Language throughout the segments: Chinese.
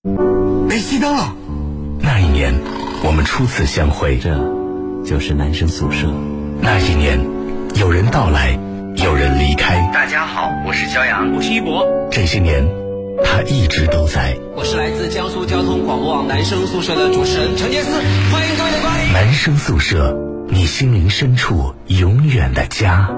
没熄灯了。 那一年，我们初次相会， 这就是男生宿舍。 那一年，有人到来，有人离开。 大家好，我是骄阳， 我是一博。 这些年，他一直都在。 我是来自江苏交通广播网男生宿舍的主持人陈杰思，欢迎各位的光临。 男生宿舍，你心灵深处永远的家。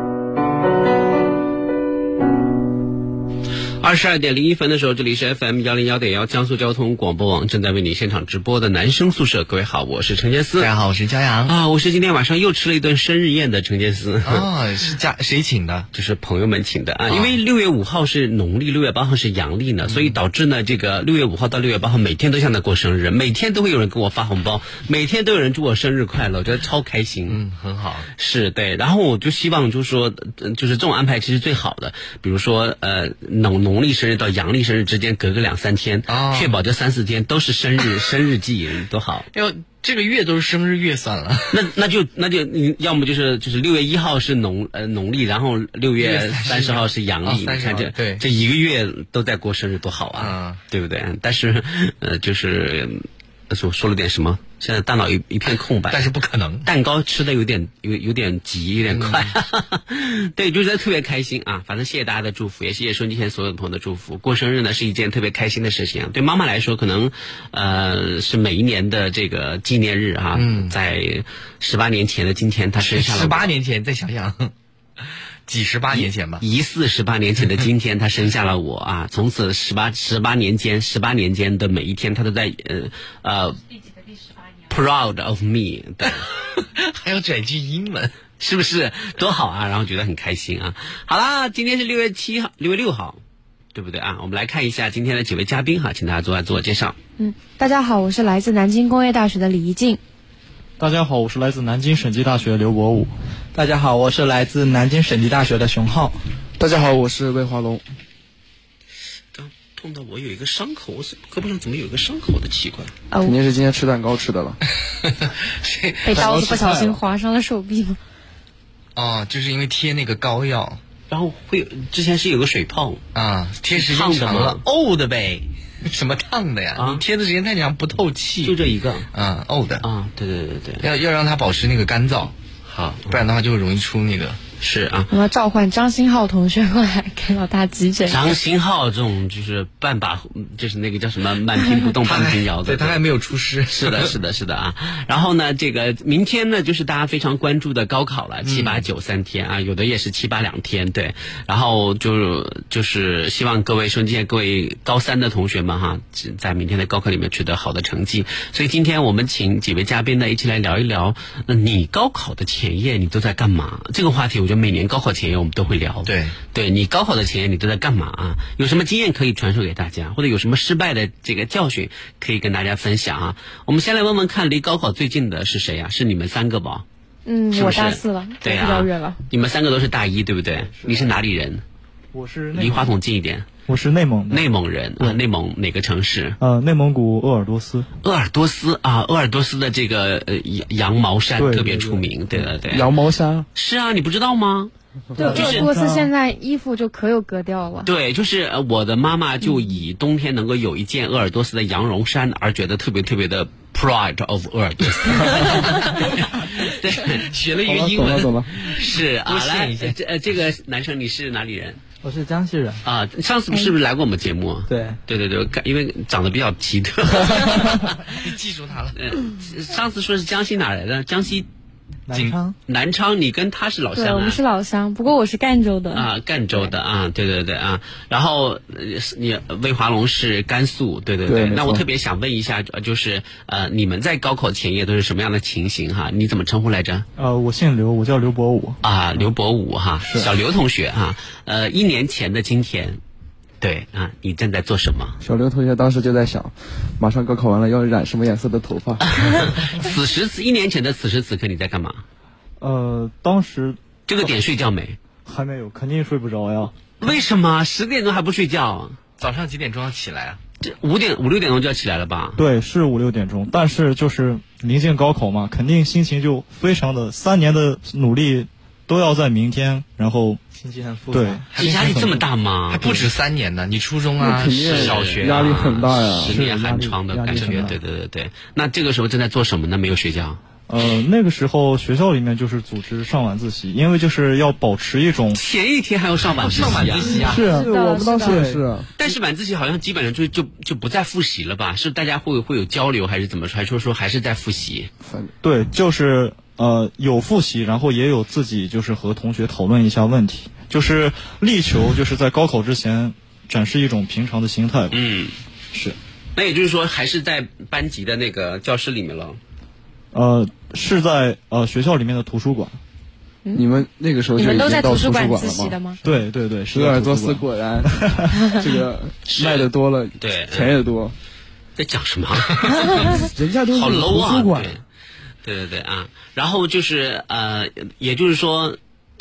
22:01的时候，这里是 FM101.1江苏交通广播网正在为你现场直播的男生宿舍。各位好，我是陈杰思。 大家好，我是骄阳啊，我是今天晚上又吃了一顿生日宴的陈杰思。 哦，是谁请的？ 就是朋友们请的啊。因为6月5号是农历，6月8号是阳历呢，所以导致呢，这个6月5号到6月8号每天都像在过生日，每天都会有人给我发红包，每天都有人祝我生日快乐，我觉得超开心。 很好。 是对，然后我就希望就是说，就是这种安排其实最好的，比如说农历生日到阳历生日之间隔个2-3天，确保这3-4天都是生日季多好。 这个月都是生日月算了。 那就你要么就是6月1号是农历，然后6月30号是阳历，你看这一个月都在过生日多好啊，对不对？但是就是说了点什么，现在大脑一片空白。 但是不可能， 蛋糕吃的有点急，有点快。对，就觉得特别开心啊！反正谢谢大家的祝福，也谢谢收音机前所有的朋友的祝福。过生日呢是一件特别开心的事情，对妈妈来说可能是每一年的这个纪念日啊。在18年前的今天，她生下了 18年前，再想想。几18年前吧， 疑似18年前的今天，他生下了我啊！从此18年间的每一天，他都在proud of me。对， 还要转句英文， 是不是多好啊？然后觉得很开心啊！好啦，今天是6月6号，对不对啊？我们来看一下今天的几位嘉宾哈，请大家自我介绍。 大家好，我是来自南京工业大学的李怡静。 大家好，我是来自南京省级大学的刘博武。 大家好，我是来自南京省级大学的熊浩。 大家好，我是魏华龙。 刚碰到我有一个伤口，我胳膊上怎么有一个伤口的奇怪？ 肯定是今天吃蛋糕吃的了。 被刀子不小心划伤了手臂吗？ 哦，就是因为贴那个膏药， 然后之前是有个水泡啊，贴时间长了沤的呗。 什么烫的呀？你贴的时间太长不透气。 就这一个沤的啊，对， 要让它保持那个干燥， 好， 不然的话就容易出那个。 是啊， 我要召唤张新浩同学过来给老大急诊。 张新浩这种就是就是那个叫什么满屏不动半屏摇的， 对，他还没有出师。 是的啊。然后呢，这个明天呢就是大家非常关注的高考了，7、8、9 3天啊，有的也是7、8 2天，对。然后就是希望各位收音机前各位高3的同学们哈，在明天的高考里面取得好的成绩。所以今天我们请几位嘉宾呢一起来聊一聊，你高考的前夜你都在干嘛？这个话题我觉得每年高考前夜我们都会聊。对，你高考的前夜你都在干嘛啊？有什么经验可以传授给大家，或者有什么失败的这个教训可以跟大家分享啊？我们先来问问看，离高考最近的是谁啊？是你们3个吧？是不是？ 我大4了， 对啊， 比较远了。 你们3个都是大1，对不对？你是哪里人？ 我是离话筒近一点。 我是内蒙的。 内蒙人啊，内蒙哪个城市？ 内蒙古鄂尔多斯。 鄂尔多斯啊，鄂尔多斯的这个羊毛衫特别出名，对。 羊毛衫是啊，你不知道吗？ 对，鄂尔多斯现在衣服就可有格调了。 对，就是我的妈妈就以冬天能够有一件鄂尔多斯的羊绒衫而觉得特别特别的 pride of 鄂尔多斯。对，学了一个英文。 懂了。 是啊，来，这个男生你是哪里人？ 我是江西人啊，上次是不是来过我们节目？ 对， 因为长得比较奇特。 你记住他了。 上次说是江西哪来的？江西南昌，你跟他是老乡啊？ 对，我们是老乡，不过我是赣州的啊，赣州的啊，对啊。然后你魏华龙是甘肃，对。那我特别想问一下，就是你们在高考前夜都是什么样的情形哈？你怎么称呼来着？ 我姓刘，我叫刘博武啊，刘博武哈，小刘同学哈。1年前的今天。对啊，你正在做什么？ 小刘同学当时就在想，马上高考完了要染什么颜色的头发。 1年前的此时此刻你在干嘛？ 当时这个点睡觉没？ 还没有，肯定睡不着呀。 为什么10点钟还不睡觉？ 早上几点钟要起来啊？ 这5、6点钟就要起来了吧？ 对，是5、6点钟，但是就是临近高考嘛，肯定心情就非常的3年的努力都要在明天，然后信息很复杂。 对， 你压力这么大吗？ 还不止3年呢，你初中啊、小学压力很大呀 ，10年寒窗的感觉。对。那这个时候正在做什么呢？没有睡觉？ 那个时候学校里面就是组织上晚自习，因为就是要保持一种前一天还要上晚自习啊。 是啊，我们当时也是。 但是晚自习好像基本上就不再复习了吧？是大家会有交流，还是怎么还说还是在复习？ 对，就是有复习，然后也有自己就是和同学讨论一下问题，就是力求就是在高考之前展示一种平常的心态。是。 那也就是说还是在班级的那个教室里面了。 是在学校里面的图书馆。 你们那个时候就已经到图书馆了吗？ 对， 有点作死，果然这个卖的多了， 对， 钱也多。 在讲什么？ 人家都是好 low 啊！ 图书馆。 对啊。然后就是也就是说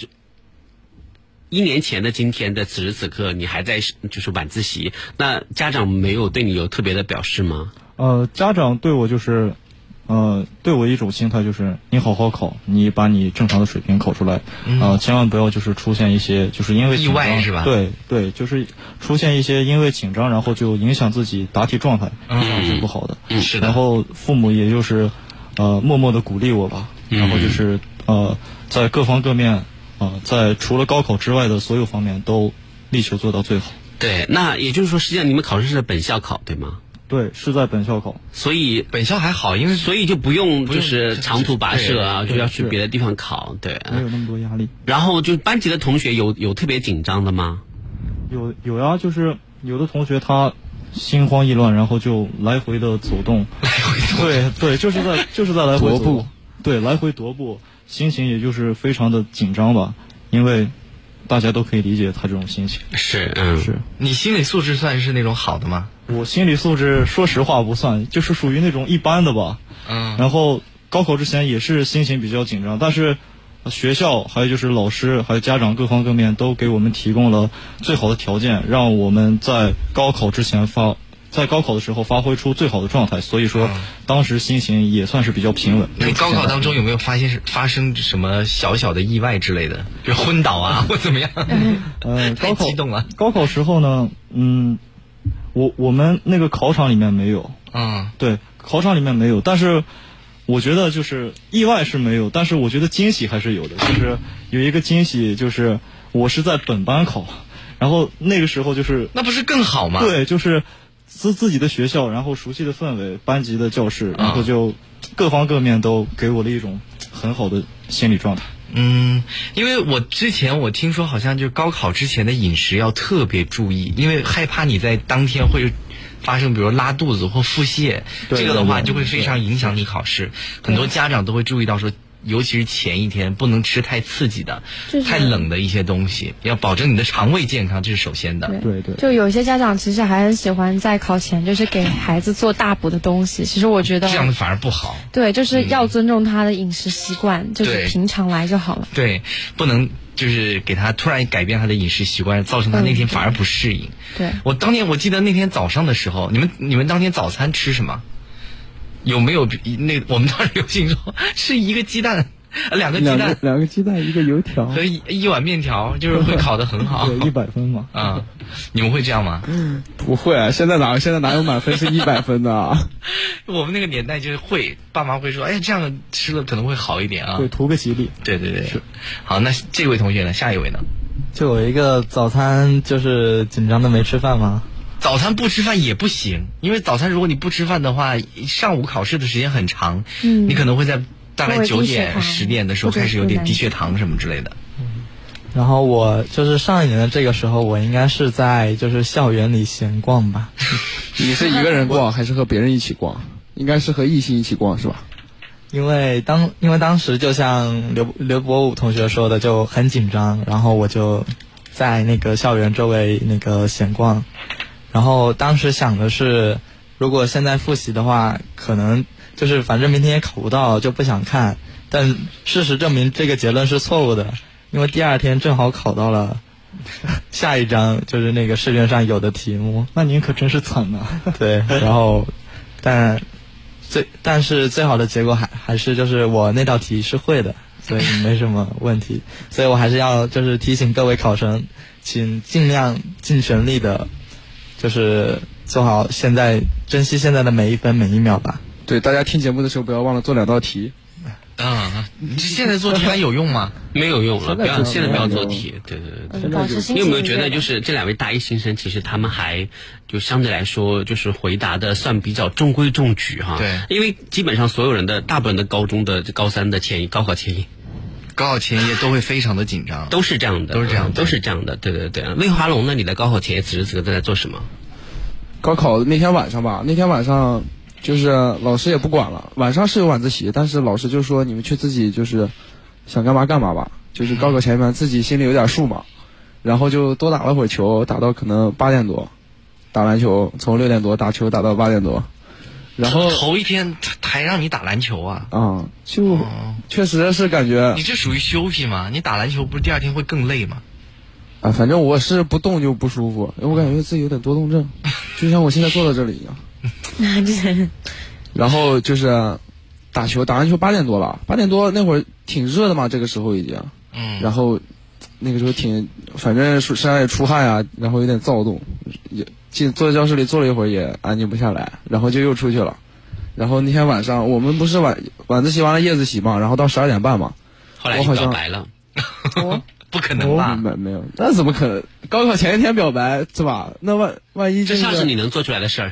，1年前的今天的此时此刻，你还在就是晚自习，那家长没有对你有特别的表示吗？ 家长对我就是。对我一种心态就是你好好考，你把你正常的水平考出来，千万不要就是出现一些就是因为意外是吧？ 对，就是出现一些因为紧张然后就影响自己答题状态，这样是不好的。 是的。 然后父母也就是默默的鼓励我吧，然后就是在各方各面在除了高考之外的所有方面都力求做到最好。 对，那也就是说实际上你们考试是在本校考对吗？ 对，是在本校考， 所以本校还好，因为所以就不用就是长途跋涉啊，就要去别的地方考，对， 没有那么多压力。 然后就班级的同学有特别紧张的吗？ 有呀，就是有的同学他心慌意乱，然后就来回的走动，对，就是在来回踱步，对，来回踱步，心情也就是非常的紧张吧，因为大家都可以理解他这种心情。 是。 你心理素质算是那种好的吗？ 我心理素质说实话不算，就是属于那种一般的吧。然后高考之前也是心情比较紧张，但是学校还有就是老师还有家长各方各面都给我们提供了最好的条件，让我们在高考之前在高考的时候发挥出最好的状态，所以说当时心情也算是比比较平稳。 那高考当中有没有发生什么小小的意外之类的，比如昏倒啊或怎么样？太激动了。 高考时候呢，我们那个考场里面没有。对，考场里面没有，但是我觉得就是意外是没有，但是我觉得惊喜还是有的。就是有一个惊喜，就是我是在本班考，然后那个时候就是那不是更好吗？ 对，就是自己的学校，然后熟悉的氛围，班级的教室，然后就各方各面都给我了一种很好的心理状态。 因为之前我听说好像就高考之前的饮食要特别注意，因为害怕你在当天会发生比如拉肚子或腹泻，这个的话就会非常影响你考试。很多家长都会注意到说，尤其是前一天不能吃太刺激的、太冷的一些东西，要保证你的肠胃健康，这是首先的。 对，就有一些家长其实还很喜欢在考前就是给孩子做大补的东西，其实我觉得这样反而不好。 对，就是要尊重他的饮食习惯，就是平常来就好了。 对，不能就是给他突然改变他的饮食习惯，造成他那天反而不适应。 对， 我记得那天早上的时候，你们当天早餐吃什么？有没有我们当时流行说是一个鸡蛋2个鸡蛋 ，2个鸡蛋1个油条和一碗面条，就是会考得很好。 对，100分嘛。 你们会这样吗？ 不会啊，现在哪有满分是100分的啊？ 我们那个年代就是会，爸妈会说，哎，这样吃了可能会好一点啊。 对，图个吉利。 对。好，那这位同学呢？下一位呢？ 就有一个早餐就是紧张的没吃饭吗？ 早餐不吃饭也不行，因为早餐如果你不吃饭的话，上午考试的时间很长，你可能会在大概9点10点的时候开始有点低血糖什么之类的。 然后我就是上一年的这个时候，我应该是在就是校园里闲逛吧。 你是一个人逛还是和别人一起逛？应该是和异性一起逛是吧？ 因为当时就像刘博武同学说的，就很紧张，然后我就在那个校园周围那个闲逛。然后当时想的是，如果现在复习的话，可能就是反正明天也考不到，就不想看。但事实证明这个结论是错误的，因为第二天正好考到了下一章，就是那个试卷上有的题目。 那您可真是惨呐。 对，然后但是最好的结果还是就是我那道题是会的， 所以没什么问题。所以我还是要就是提醒各位考生，请尽量尽全力的，就是做好现在，珍惜现在的每一分每一秒吧。 对，大家听节目的时候不要忘了做2道题。 你现在做题还有用吗？ 没有用了，现在不要做题。对。你有没有觉得就是这2位大一新生，其实他们还就相对来说就是回答的算比较中规中矩哈。 对， 因为基本上所有人的大部分的高中的高3的高考前夜都会非常的紧张， 都是这样的。对。魏华龙呢？你的高考前夜此时此刻在做什么？ 高考那天晚上吧，就是老师也不管了，晚上是有晚自习，但是老师就说你们去自己就是想干嘛干嘛吧，就是高考前一晚自己心里有点数嘛，然后就多打了会儿球，打到可能8点多，打篮球从6点多打球打到8点多，然后头一天还让你打篮球啊？ 就确实是感觉你这属于休息吗？你打篮球不是第2天会更累吗？ 反正我是不动就不舒服，因为我感觉自己有点多动症，就像我现在坐在这里一样。然后就是打篮球8点多了，8点多那会儿挺热的嘛，这个时候已经，然后那个时候反正身上也出汗啊，然后有点躁动，坐在教室里坐了一会儿也安静不下来，然后就又出去了。然后那天晚上我们不是晚自习完了夜自习嘛，然后到12点半嘛， 后来你表白了。 不可能吧？ 没有，那怎么可能？高考前一天表白是吧？那万一这像是你能做出来的事儿。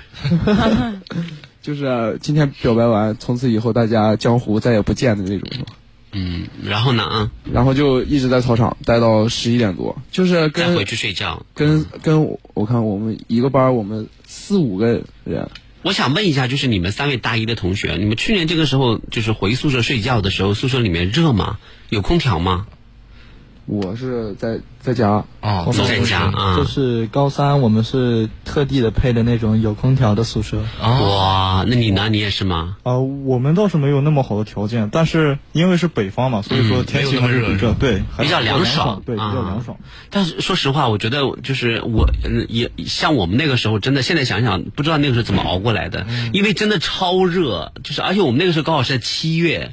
就是今天表白完，从此以后大家江湖再也不见的那种，是吧？ 然后呢？ 然后就一直在操场待到11点多，就是再回去睡觉。 跟我看我们一个班我们4、5个人。 我想问一下，就是你们3位大一的同学，你们去年这个时候就是回宿舍睡觉的时候，宿舍里面热吗？有空调吗？ 我是在家在家啊， 就是高3我们是特地的配的那种有空调的宿舍。 哇，那你呢？你也是吗？ 我们倒是没有那么好的条件，但是因为是北方嘛，所以说天气还是比较凉爽， 对，比较凉爽。 但是说实话，我觉得就是我也像我们那个时候，真的现在想想不知道那个时候怎么熬过来的，因为真的超热，就是而且我们那个时候高考是在7月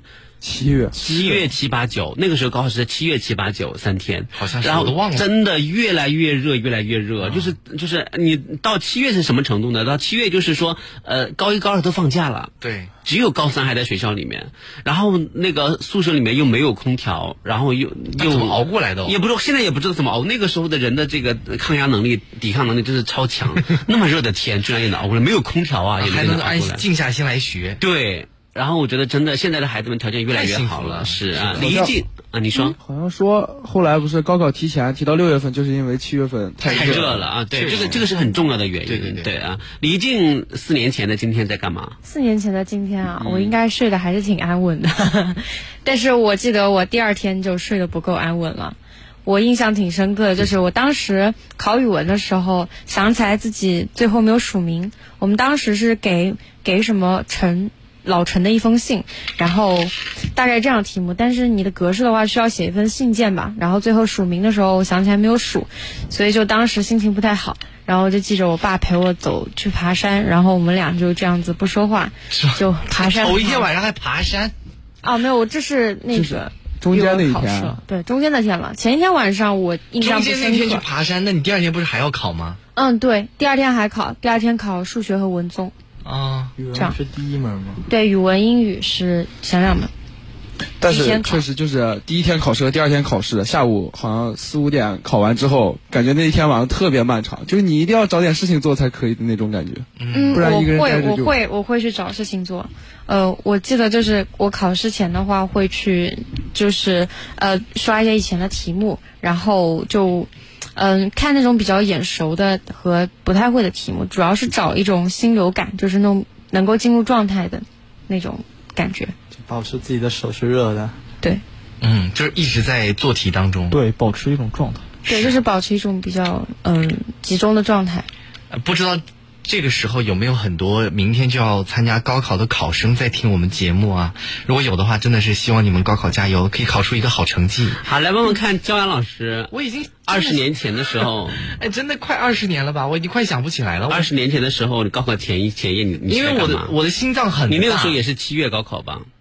7、8、9，那个时候高考是在7月、7、8、9 3天， 好像是， 然后我都忘了。 真的越来越热，就是你到7月是什么程度呢？到7月就是说，高1、高2都放假了， 对， 只有高3还在学校里面，然后那个宿舍里面又没有空调，然后又怎么熬过来的？ 现在也不知道怎么熬。那个时候的人的这个抗压能力、抵抗能力真是超强，那么热的天居然也能熬过来，没有空调啊，也还能静下心来学。 对。然后我觉得真的现在的孩子们条件越来越好了，是啊。李一静啊，你说好像说后来不是高考提前提到6月份，就是因为7月份太热了啊。对，这个是很重要的原因。对啊。李一静4年前的今天在干嘛 ？4年前的今天啊，我应该睡得还是挺安稳的，但是我记得我第2天就睡得不够安稳了。我印象挺深刻的，就是我当时考语文的时候，想起来自己最后没有署名。我们当时是给什么老陈的一封信，然后大概这样题目，但是你的格式的话需要写一份信件吧，然后最后署名的时候我想起来没有署，所以就当时心情不太好，然后就记着我爸陪我走去爬山，然后我们俩就这样子不说话就爬山。 头一天晚上还爬山？ 没有，这是那个中间那一天， 对，中间那天了。前一天晚上我印象不深刻。 中间那天去爬山，那你第2天不是还要考吗？ 对，第2天还考，第2天考数学和文综。 语文是第1门吗？ 对，语文、英语是前2门。 但是确实就是第1天考试和第2天考试，下午好像4、5点考完之后，感觉那一天晚上特别漫长，就是你一定要找点事情做才可以的那种感觉。不然一个人待着就我会去找事情做。我记得就是我考试前的话会去就是刷一些以前的题目，然后就看那种比较眼熟的和不太会的题目，主要是找一种心流感，就是那种能够进入状态的那种感觉， 就保持自己的手是热的。 对， 就是一直在做题当中， 对，保持一种状态。 对，就是保持一种比较集中的状态。 不知道这个时候有没有很多明天就要参加高考的考生在听我们节目啊？如果有的话，真的是希望你们高考加油，可以考出一个好成绩。 好，来问问看焦阳老师， 我已经 20年前的时候， 真的快20年了吧？我已经快想不起来了。 20年前的时候，高考前夜你因为我的心脏很大。 你那个时候也是7月高考吧？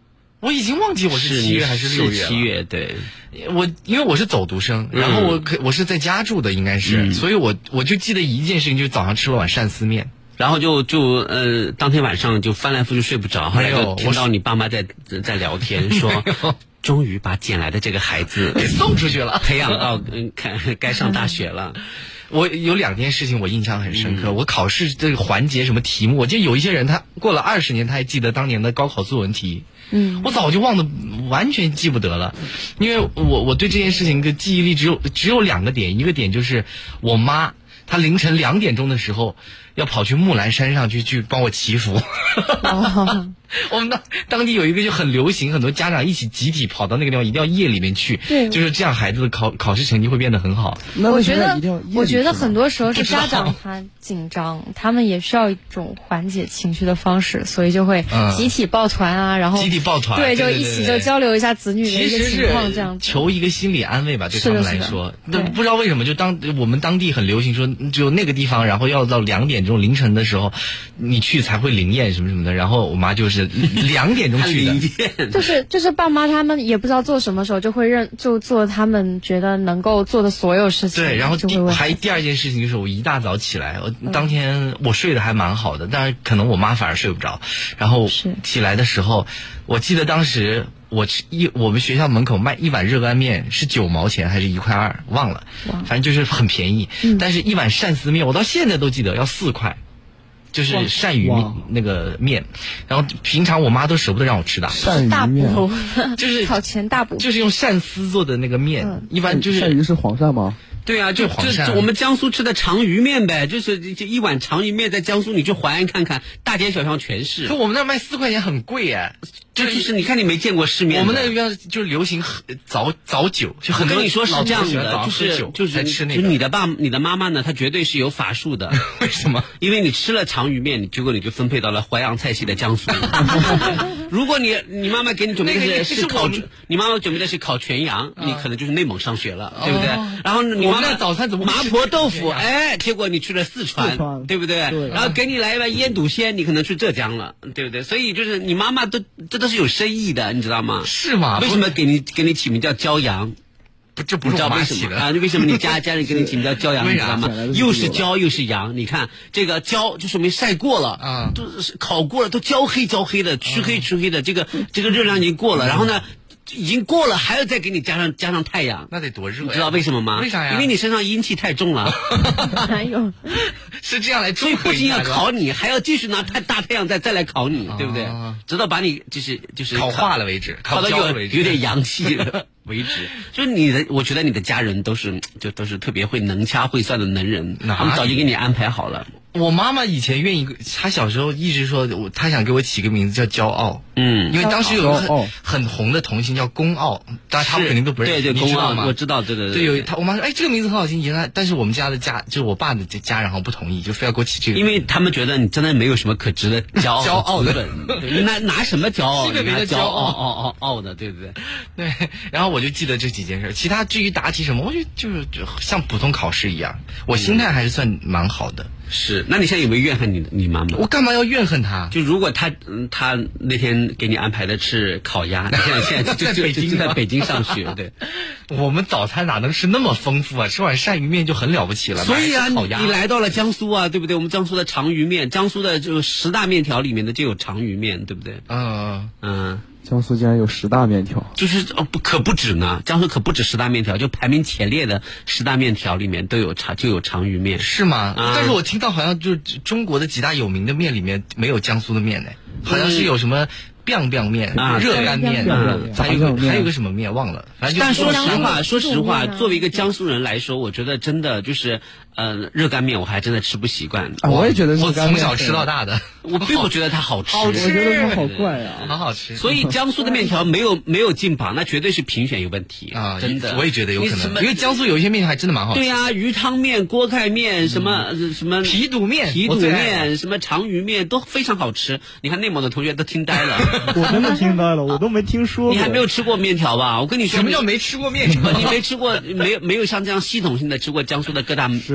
我已经忘记我是7月还是6月了。 7月，对。 因为我是走读生，然后我是在家住的，应该是，所以我就记得一件事情，就是早上吃了碗鳝丝面。 然后就当天晚上就翻来覆去睡不着，后来就听到你爸妈在聊天，说终于把捡来的这个孩子给送出去了， 培养到该上大学了。 我有2件事情我印象很深刻，我考试这个环节什么题目，我记得有一些人他过了20年他还记得当年的高考作文题，我早就忘得完全记不得了，因为我对这件事情的记忆力只有2个点，一个点就是我妈她凌晨2点钟的时候要跑去木兰山上去帮我祈福。我们当地有一个就很流行，很多家长一起集体跑到那个地方，一定要夜里面去， 对， 就是这样孩子的考试成绩会变得很好。 我觉得很多时候是家长他紧张，他们也需要一种缓解情绪的方式，所以就会集体抱团啊，然后集体抱团， 对，就一起就交流一下子女的一个情况，这样子求一个心理安慰吧，对他们来说。不知道为什么，就我们当地很流行说，就那个地方，然后要到2点钟凌晨的时候，你去才会灵验什么什么的。然后我妈就是2点钟去的，就是爸妈他们也不知道做什么时候，就会就做他们觉得能够做的所有事情。 对，然后第2件事情就是我一大早起来，当天我睡得还蛮好的，但是可能我妈反而睡不着。然后起来的时候，我记得当时我们学校门口卖一碗热干面是9毛钱还是1.2块，忘了，反正就是很便宜。但是一碗鳝丝面我到现在都记得要4块。就是鳝鱼那个面，然后平常我妈都舍不得让我吃的。 鳝鱼面就是考前大补， 就是用鳝丝做的那个面，一般就是鳝鱼是黄鳝吗？ 对啊，就我们江苏吃的长鱼面呗，就是一碗长鱼面，在江苏你去淮安看看，大街小巷全是。 可我们那卖4块钱很贵耶， 就是你看你没见过世面。 我们那边就是流行早酒，就很多跟你说是这样的， 就是吃那个。 你的妈妈呢，她绝对是有法术的。 为什么？ 因为你吃了长鱼面，结果你就分配到了淮扬菜系的江苏。如果你妈妈给你准备的你妈妈准备的是烤全羊，你可能就是内蒙上学了，对不对？然后你妈妈早餐怎么麻婆豆腐，结果你去了四川，对不对？然后给你来一碗腌笃鲜，你可能去浙江了，对不对？所以就是你妈妈这都是有深意的，你知道吗？ 是吗？ 为什么给你起名叫骄阳？ 这不是我妈起的啊？为什么你家人给你起名叫骄阳？你知道吗？又是骄又是阳，你看这个骄就说明晒过了啊，都是烤过了，都焦黑的，黢黑的，这个热量已经过了，然后呢？已经过了，还要再给你加上太阳， 那得多热呀！ 你知道为什么吗？ 为啥呀？ 因为你身上阴气太重了。 哪有？ 是这样来中和， 所以不仅要烤你，还要继续拿大太阳再来烤你，对不对？直到把你就是烤化了为止， 烤到有点阳气为止。就是我觉得你的家人都是特别会能掐会算的能人，他们早就给你安排好了。 我妈妈以前愿意，她小时候一直说，她想给我起个名字叫骄傲，因为当时有个很红的童星叫宫傲，当然他们肯定都不认识， 对，宫傲吗？ 我知道这个。 对，我妈说，这个名字很好听，但是我们家就是我爸的家人好像不同意，就非要给我起这个， 因为他们觉得你真的没有什么可值得骄傲的，你拿什么骄傲？ 这个名字骄傲的，对不对？ 对。然后我就记得这几件事，其他至于答题什么，我觉得就是像普通考试一样，我心态还是算蛮好的。 是，那你现在有没有怨恨你妈妈？ 我干嘛要怨恨她？ 就如果她那天给你安排的是烤鸭，你现在就在北京上学，对。 我们早餐哪能吃那么丰富啊？吃碗鳝鱼面就很了不起了。 所以啊，你来到了江苏啊，对不对？我们江苏的长鱼面，江苏的就10大面条里面的就有长鱼面，对不对？ 江苏竟然有10大面条， 就是可不止呢。江苏可不止10大面条，就排名前列的10大面条里面就有长鱼面， 是吗？但是我听到好像就是中国的几大有名的面里面没有江苏的面呢，好像是有什么biang面啊，热干面啊，还有个什么面忘了。 但说实话，作为一个江苏人来说，我觉得真的就是热干面我还真的吃不习惯。 我也觉得我从小吃到大的， 我并不觉得它好吃， 我觉得它好怪啊， 好好吃。 所以江苏的面条没有进榜，那绝对是评选有问题啊！真的， 我也觉得有可能，因为江苏有一些面条还真的蛮好吃。 对呀，鱼汤面、锅盖面、什么皮肚面、 什么长鱼面都非常好吃。你看内蒙的同学都听呆了， 我真的听呆了，我都没听说过。 你还没有吃过面条吧？我跟你说， 什么叫没吃过面条？ 你没吃过，没有像这样系统性的吃过江苏的各大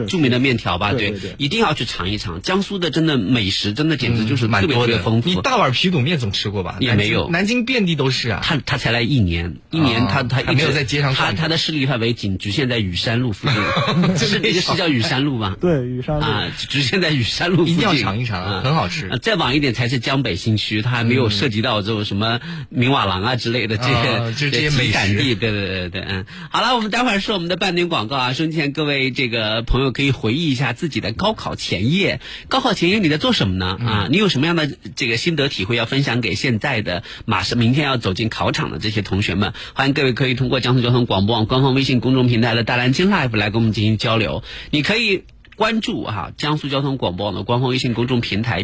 著名的面条吧， 对， 一定要去尝一尝。江苏的真的美食真的简直就是特别特别丰富。 你大碗皮肚面总吃过吧？ 也没有， 南京遍地都是啊。 他才来一年他还没有在街上看。 他的势力范围仅局限在雨山路附近，是叫雨山路吗？ 对，雨山路啊，局限在雨山路附近， 一定要尝一尝，很好吃。 再往一点才是江北新区，它还没有涉及到这种什么明瓦廊啊之类的这些美产地。对，好了，我们待会儿是我们的半点广告啊。收音前各位这个朋友可以回忆一下自己的高考前夜，你在做什么呢？你有什么样的这个心得体会要分享给现在的明天要走进考场的这些同学们？欢迎各位可以通过江苏交通广播网官方微信公众平台的大蓝鲸 Live 来跟我们进行交流。你可以关注江苏交通广播网的官方微信公众平台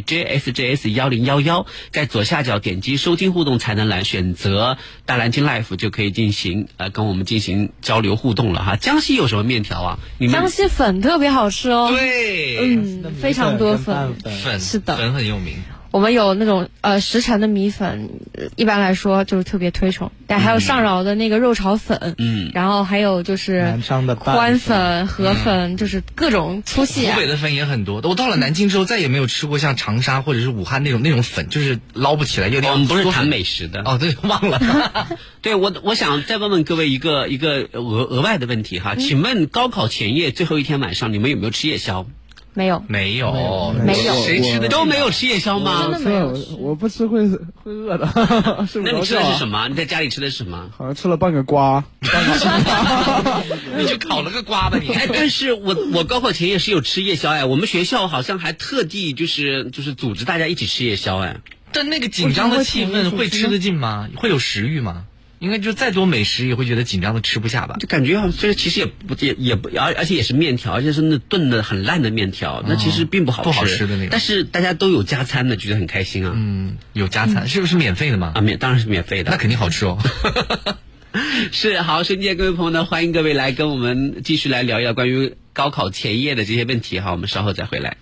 JSJS1011，在左下角点击收听互动菜单栏，选择大蓝鲸 Live 就可以进行跟我们进行交流互动了哈。江西有什么面条啊？ 江西粉特别好吃哦。 对， 非常多粉，是的， 粉很有名。 我们有那种10成的米粉，一般来说就是特别推崇，但还有上饶的那个肉炒粉，然后还有就是南昌的宽粉、河粉，就是各种粗细。 湖北的粉也很多，我到了南京之后再也没有吃过像长沙或者是武汉那种粉，就是捞不起来。 我们不是谈美食的哦，对，忘了。 对，我想再问问各位一个额外的问题哈，请问高考前夜最后一天晚上，你们有没有吃夜宵？ 没有， 谁吃的都没有吃夜宵吗？ 真的没有， 我不吃会饿的。 那你吃的是什么？你在家里吃的是什么？ 好像吃了半个瓜。 你就烤了个瓜吧你。 但是我高考前夜是有吃夜宵我们学校好像还特地就是组织大家一起吃夜宵但那个紧张的气氛会吃得进吗？会有食欲吗？应该就再多美食也会觉得紧张的吃不下吧？ 就感觉这其实也不，而且也是面条，而且是那炖的很烂的面条，那其实并不好吃的那种。 但是大家都有加餐的，觉得很开心啊。 有加餐，是不是免费的吗？ 当然是免费的。 那肯定好吃哦。 是，好，瞬间各位朋友呢，欢迎各位来跟我们继续来聊一聊关于高考前夜的这些问题哈，我们稍后再回来。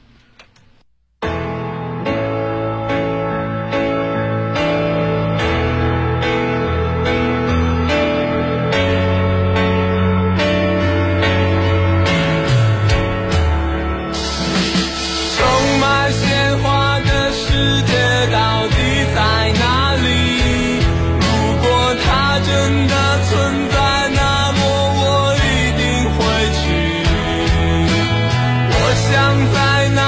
想在那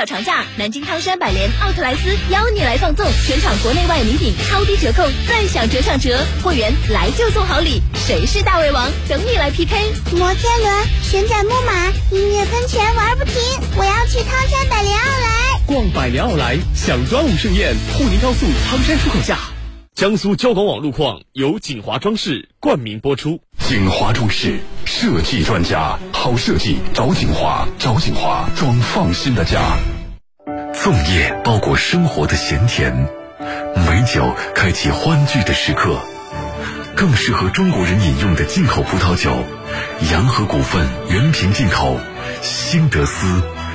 小长假，南京汤山百联奥特莱斯邀你来放纵，全场国内外礼品超低折扣，再享折上折，会员来就送好礼，谁是大胃王？等你来 PK。 摩天轮、旋转木马、音乐喷泉玩不停，我要去汤山百联奥莱。 逛百联奥莱，享端午盛宴，沪宁高速汤山出口价。江苏交广网路况由锦华装饰冠名播出。 锦华装饰设计专家，好设计找锦华，找锦华装放心的家。粽叶包裹生活的咸甜，美酒开启欢聚的时刻，更适合中国人饮用的进口葡萄酒，洋河股份原瓶进口，新德斯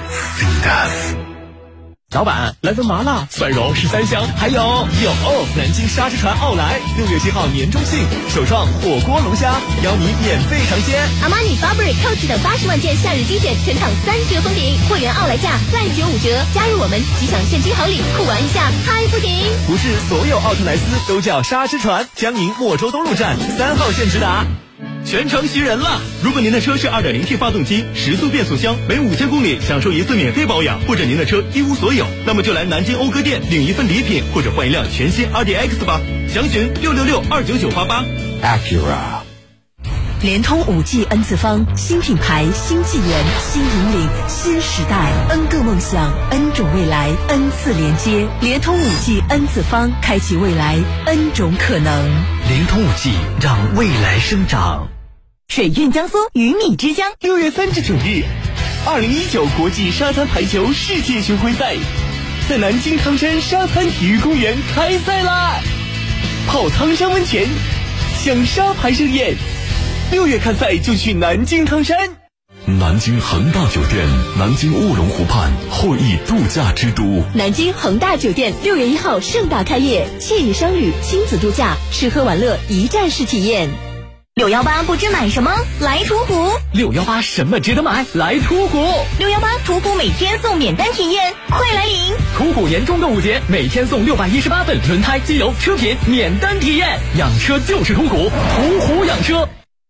Sindas。 老板，来份麻辣蒜蓉13香，还有南京沙之船奥莱6月7号年中庆，首创火锅龙虾，邀你免费尝鲜。 阿玛尼、Burberry、Coach 等80万件夏日精选，全场3折封顶，会员奥莱价再95折，加入我们即享现金好礼，酷玩一下嗨不停。 不是所有奥特莱斯都叫沙之船，江宁莫州东路站3号线直达。全程寻人了！如果您的车是 2.0T 发动机，时速变速箱，每5000公里享受1次免费保养，或者您的车一无所有，那么就来南京讴歌店领一份礼品，或者换一辆全新 RDX 吧。详询666-29988。 Acura。 联通5G N 次方，新品牌，新纪元，新引领，新时代 ，N 个梦想 ，N 种未来 ，N 次连接。联通5G N 次方，开启未来 N 种可能。 联通5G让未来生长。 水韵江苏，鱼米之乡。 6月3至9日，2019国际沙滩排球世界巡回赛在南京汤山沙滩体育公园开赛啦！泡汤山温泉，享沙排盛宴。6月看赛就去南京汤山。 南京恒大酒店，南京卧龙湖畔会议度假之都。 南京恒大酒店6月1号盛大开业，惬意商旅，亲子度假，吃喝玩乐一站式体验。618不知买什么，来途虎。 618什么值得买，来途虎。 618途虎每天送免单体验，快来领！ 途虎年终购物节，每天送618份轮胎、机油、车品免单体验。养车就是途虎，途虎养车。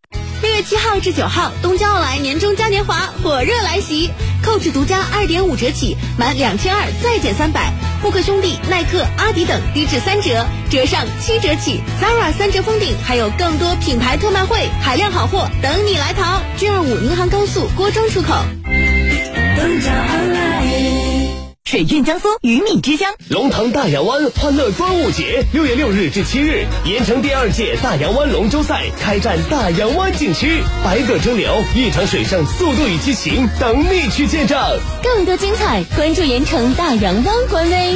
6月7号至9号，东郊奥莱年终嘉年华火热来袭，Coach独家2.5折起，满2200再减300，慕克兄弟、耐克、阿迪等低至3折，折上7折起 ，Zara 3折封顶，还有更多品牌特卖会，海量好货等你来淘。G25宁杭高速郭庄出口。东郊奥莱。水韵江苏，鱼米之乡。 龙腾大洋湾欢乐端午节，6月6日至7日，盐城第2届大洋湾龙舟赛开战大洋湾景区，百舸争流，一场水上速度与激情等你去见证。 更多精彩，关注盐城大洋湾官微。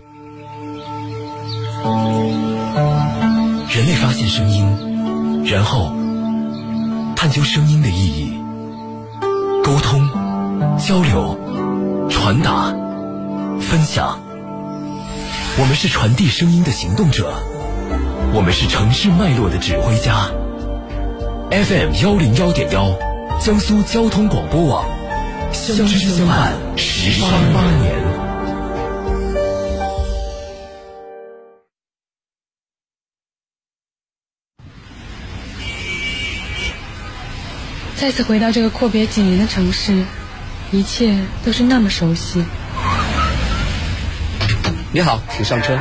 人类发现声音，然后探究声音的意义，沟通、交流、传达、分享。我们是传递声音的行动者，我们是城市脉络的指挥家。FM 101.1，江苏交通广播网，相知相伴18年。 再次回到这个阔别几年的城市，一切都是那么熟悉。 你好，请上车。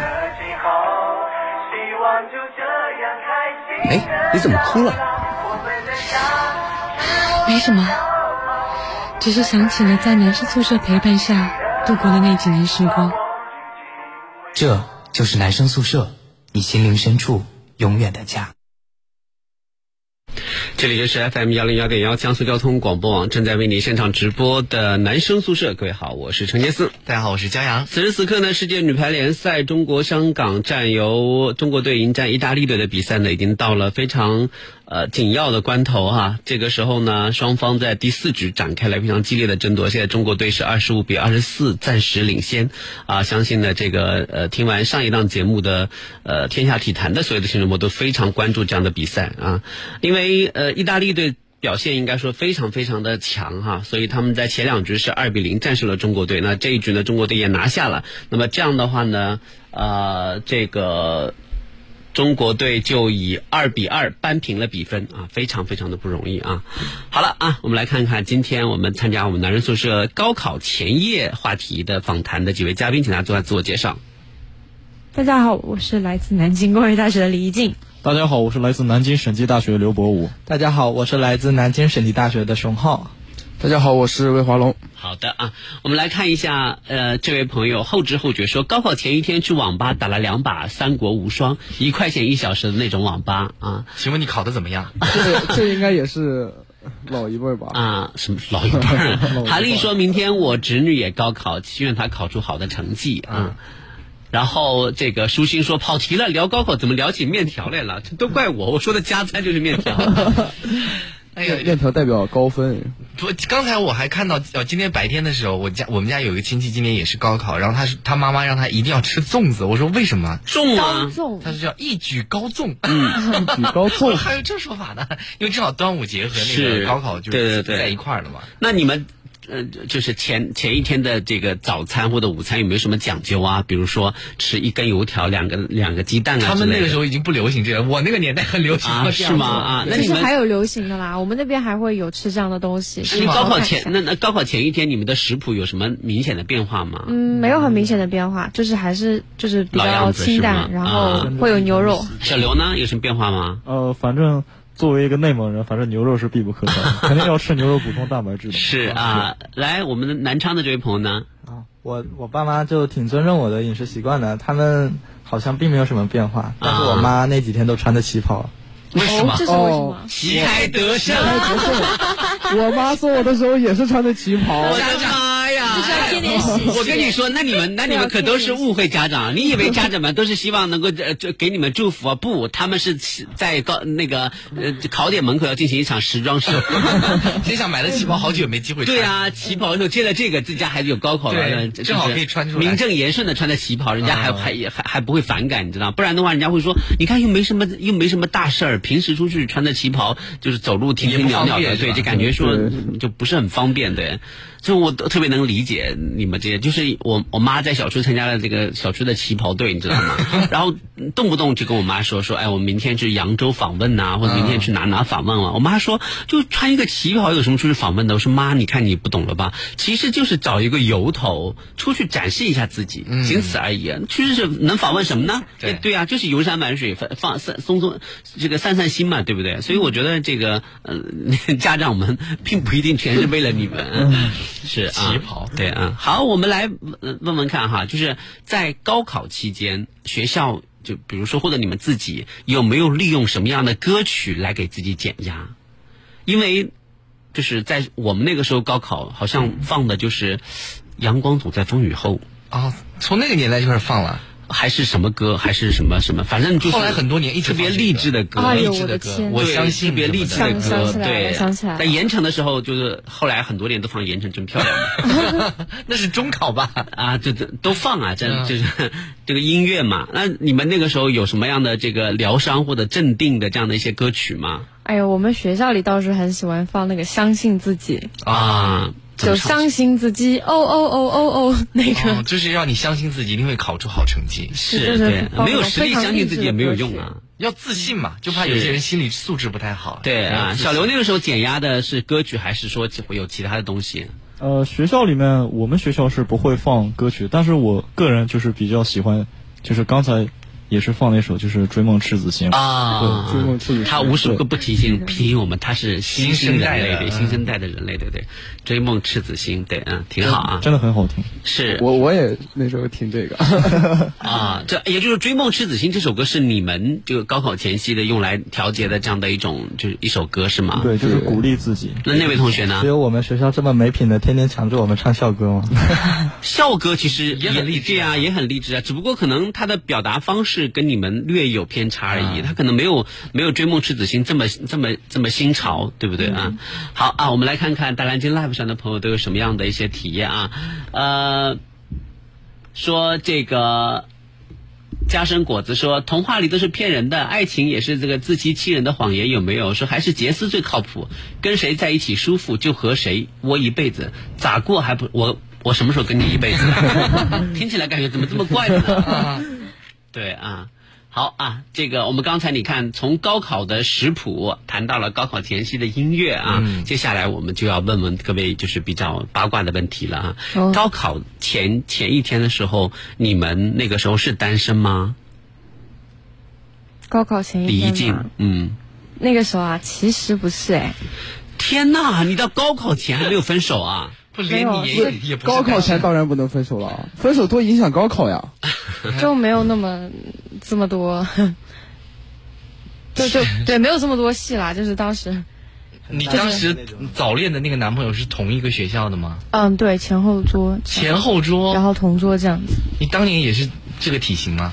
哎，你怎么哭了？ 没什么，只是想起了在男生宿舍陪伴下度过的那几年时光。 这就是男生宿舍，你心灵深处永远的家。 这里就是 FM 101.1江苏交通广播网正在为你现场直播的男生宿舍。各位好，我是陈杰思。 大家好，我是江阳。 此时此刻呢，世界女排联赛中国香港站由中国队迎战意大利队的比赛呢，已经到了非常紧要的关头哈。这个时候呢，双方在第4局展开了非常激烈的争夺。现在中国队是25-24暂时领先啊。相信呢，这个听完上一档节目的天下体坛的所有的听众朋友都非常关注这样的比赛啊，因为意大利队表现应该说非常非常的强哈，所以他们在前2局是2-0战胜了中国队。那这一局呢，中国队也拿下了。那么这样的话呢，这个中国队就以2-2扳平了比分啊，非常非常的不容易啊。好了啊，我们来看看今天我们参加我们男人宿舍高考前夜话题的访谈的几位嘉宾，请大家做下自我介绍。 大家好，我是来自南京工业大学的李一静。 大家好，我是来自南京省际大学的刘博武。 大家好，我是来自南京省际大学的熊浩。 大家好，我是魏华龙。 好的啊，我们来看一下，这位朋友后知后觉说，高考前一天去网吧打了2把三国无双，1块钱1小时的那种网吧啊。 请问你考得怎么样？ 这应该也是老一辈吧？ 啊，什么老一辈？韩丽说明天我侄女也高考，希望她考出好的成绩啊。然后这个舒心说跑题了，聊高考怎么聊起面条来了？这都怪我说的加餐就是面条。 哎呀，面条代表高分。 刚才我还看到，今天白天的时候，我们家有一个亲戚今年也是高考，然后他妈妈让他一定要吃粽子，我说为什么？ 粽啊， 他说叫一举高粽。 一举高粽， 还有这说法呢？因为正好端午节和那个高考就是在一块儿了嘛。 那你们就是前一天的这个早餐或者午餐有没有什么讲究啊？比如说吃1根油条、两个鸡蛋啊。 他们那个时候已经不流行这个，我那个年代很流行啊，是吗？啊，那你们还有流行的啦，我们那边还会有吃这样的东西。 是高考前那高考前一天，你们的食谱有什么明显的变化吗？ 没有很明显的变化，就是还是就是比较清淡，然后会有牛肉。 小刘呢，有什么变化吗？ 反正作为一个内蒙人，反正牛肉是必不可少的，肯定要吃牛肉补充蛋白质的。 是啊，来，我们的南昌的这位朋友呢？ 我爸妈就挺尊重我的饮食习惯的，他们好像并没有什么变化，但是我妈那几天都穿着旗袍。 为什么？ 这是为什么？ 旗开得胜。 我妈送我的时候也是穿着旗袍。 我的妈呀！我跟你说，那你们可都是误会家长。你以为家长们都是希望能够给你们祝福啊？不，他们是在考点门口要进行一场时装秀。 谁想买了旗袍，好久也没机会穿。 对啊，旗袍就借了这个，自家孩子有高考了， 正好可以穿出来， 名正言顺的穿着旗袍，人家还不会反感，你知道？不然的话，人家会说，你看又没什么大事儿，平时出去穿着旗袍就是走路停停袅袅的，对，就感觉说就不是很方便，对。所以我特别能理解你们这些，就是我妈在小区参加了这个小区的旗袍队，你知道吗？然后动不动就跟我妈说，哎，我们明天去扬州访问呐，或者明天去哪访问了。我妈说，就穿一个旗袍有什么出去访问的？我说妈，你看你不懂了吧？其实就是找一个由头出去展示一下自己，仅此而已。就是能访问什么呢？对啊，就是游山玩水，这个散散心嘛，对不对？所以我觉得这个家长们并不一定全是为了你们。是啊， 旗袍对啊。好，我们来问问看哈，就是在高考期间，学校就比如说或者你们自己有没有利用什么样的歌曲来给自己减压？因为就是在我们那个时候高考，好像放的就是《阳光总在风雨后》 啊，从那个年代就开始放了。 还是什么歌，还是什么，反正就是后来很多年一直特别励志的歌， 励志的歌， 我相信特别励志的歌，对， 想起来。 在盐城的时候，就是后来很多年都放《盐城真漂亮》 那是中考吧？ 啊，对，都放啊，就是这个音乐嘛。那你们那个时候有什么样的这个疗伤或者镇定的这样的一些歌曲吗？ 哎呦，我们学校里倒是很喜欢放那个《相信自己》 啊。 就相信自己，那个就是让你相信自己一定会考出好成绩。 是，对，没有实力相信自己也没有用啊， 要自信嘛，就怕有些人心理素质不太好。 对啊，小刘那个时候减压的是歌曲，还是说会有其他的东西？ 学校里面我们学校是不会放歌曲，但是我个人就是比较喜欢，就是刚才也是放那首就是《追梦赤子心》 啊， 追梦赤子心， 他无数个不提醒我们，他是新生代的人类，对不对？追梦赤子心，对，挺好啊， 真的很好听。 是， 我也那时候听这个啊，这也就是《追梦赤子心》这首歌是你们这个高考前夕的用来调节的这样的就是一首歌是吗？ 对，就是鼓励自己。 那位同学呢？ 只有我们学校这么没品的，天天抢着我们唱校歌吗？ 校歌其实也很励志啊，也很励志啊，只不过可能他的表达方式跟你们略有偏差而已，他可能没有《追梦赤子心》这么新潮，对不对啊？好啊，我们来看看大蓝鲸 Live 上的朋友都有什么样的一些体验啊？说这个加生果子说，童话里都是骗人的，爱情也是这个自欺欺人的谎言，有没有？说还是杰斯最靠谱，跟谁在一起舒服就和谁窝一辈子，咋过还不我什么时候跟你一辈子？听起来感觉怎么这么怪呢？对啊。 好啊，这个我们刚才你看，从高考的食谱谈到了高考前夕的音乐啊，接下来我们就要问问各位就是比较八卦的问题了啊。高考前一天的时候，你们那个时候是单身吗？ 高考前一天李静， 那个时候啊，其实不是哎。 天哪，你到高考前还没有分手啊？ 不，连你也不是高考前当然不能分手了，分手多影响高考呀。 就没有这么多，对，没有这么多戏啦。就是当时， 你当时早恋的那个男朋友是同一个学校的吗？ 对，前后桌，然后同桌这样子。 你当年也是这个体型吗？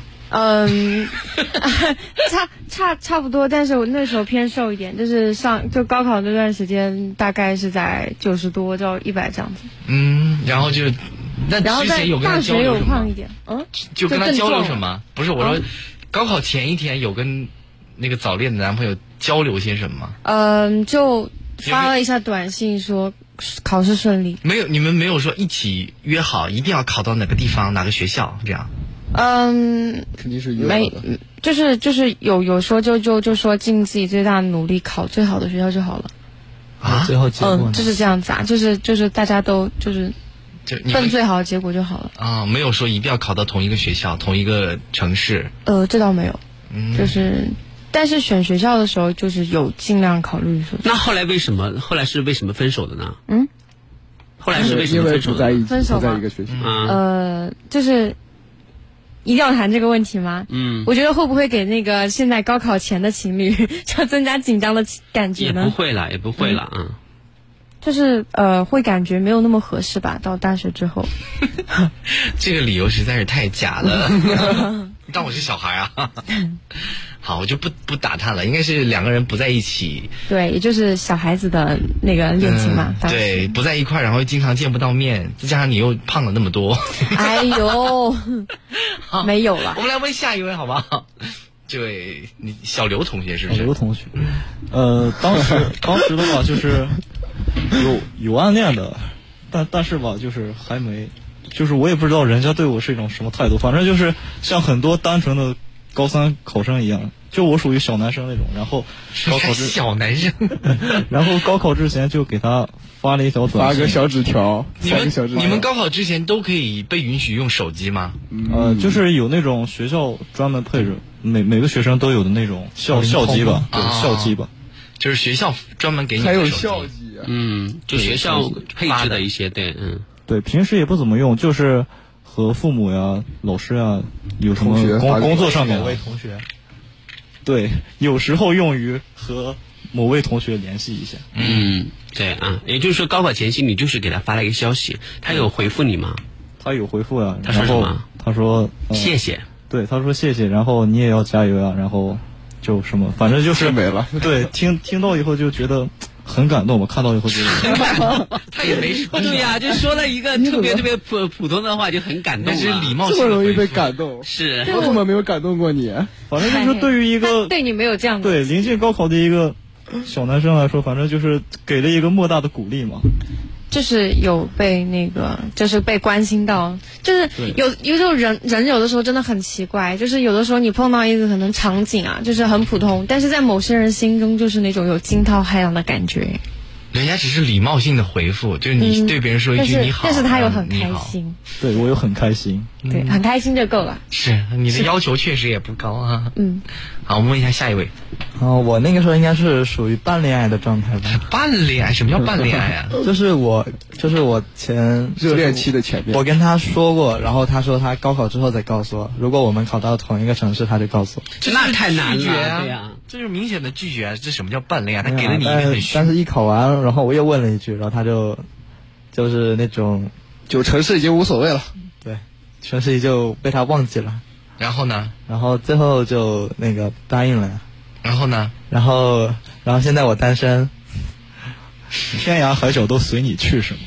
差不多，但是我那时候偏瘦一点，就是就高考那段时间大概是在90多到100这样子。 然后就那之前有跟他交流什么？ 大学有胖一点， 就跟他交流什么？不是我说，高考前一天有跟那个早恋的男朋友交流些什么吗？ 就发了一下短信说考试顺利。 没有，你们没有说一起约好一定要考到哪个地方哪个学校这样？ 肯定是约好的。 就是有说就说尽自己最大的努力考最好的学校就好了。 最后结果就是这样子啊，就是大家都就是奔最好的结果就好了啊，没有说一定要考到同一个学校同一个城市。 这倒没有，但是选学校的时候就是有尽量考虑说。 那后来是为什么分手的呢？后来是为什么分手的？ 分手不在一个学校。就是一定要谈这个问题吗？我觉得会不会给那个现在高考前的情侣就增加紧张的感觉呢？ 也不会了， 就是会感觉没有那么合适吧，到大学之后。 这个理由实在是太假了。当我是小孩啊。好，我就不打探了，应该是两个人不在一起。 对，也就是小孩子的那个恋情嘛。 对，不在一块，然后经常见不到面，再加上你又胖了那么多。 哎呦，没有了。 我们来问下一位好不好？这位小刘同学是不是？ 小刘同学，当时的话就是有暗恋的，但是吧，就是还没，就是我也不知道人家对我是一种什么态度，反正就是像很多单纯的高三考生一样，就我属于小男生那种，然后高考小男生， 然后高考之前就给他发了一条短信， 发个小纸条。 你们高考之前都可以被允许用手机吗？ 就是有那种学校专门配置，每个学生都有的那种校机吧，对，校机吧， 就是学校专门给你还有校机， 就学校配置的一些， 对，平时也不怎么用，就是和父母呀、老师呀有什么工作上面某位同学， 对，有时候用于和某位同学联系一下。 对啊，也就是说高考前夕你就是给他发了一个消息，他有回复你吗？ 他有回复呀。 他说什么？ 他说谢谢。 对，他说谢谢，然后你也要加油呀，然后就什么，反正就是没了。 对，听到以后就觉得很感动，我看到以后觉得他也没说。 对呀，就说了一个特别普通的话，就很感动。 但是礼貌性这么容易被感动， 是我怎么没有感动过你？ 反正就是对于一个对你没有这样的， 对临近高考的一个小男生来说，反正就是给了一个莫大的鼓励嘛。 就是有被就是被关心到，就是有时候人有的时候真的很奇怪，就是有的时候你碰到一个可能场景啊，就是很普通，但是在某些人心中就是那种有惊涛骇浪的感觉。 人家只是礼貌性的回复，就是你对别人说一句你好， 但是他有很开心。 对，我有很开心。 对，很开心就够了。 是你的要求确实也不高啊。好，我们问一下下一位。 我那个时候应该是属于半恋爱的状态吧。 半恋爱？什么叫半恋爱啊？ 就是我前热恋期的前面， 我跟他说过，然后他说他高考之后再告诉我，如果我们考到同一个城市，他就告诉我。 那太难了， 对呀，这就是明显的拒绝啊！这什么叫半恋爱？他给了你一个很但是一考完，然后我又问了一句，然后他就是那种就城市已经无所谓了， 对，城市就被他忘记了。 然后呢？ 然后最后就答应了。 然后呢？ 然后现在我单身， 天涯海角都随你去是吗？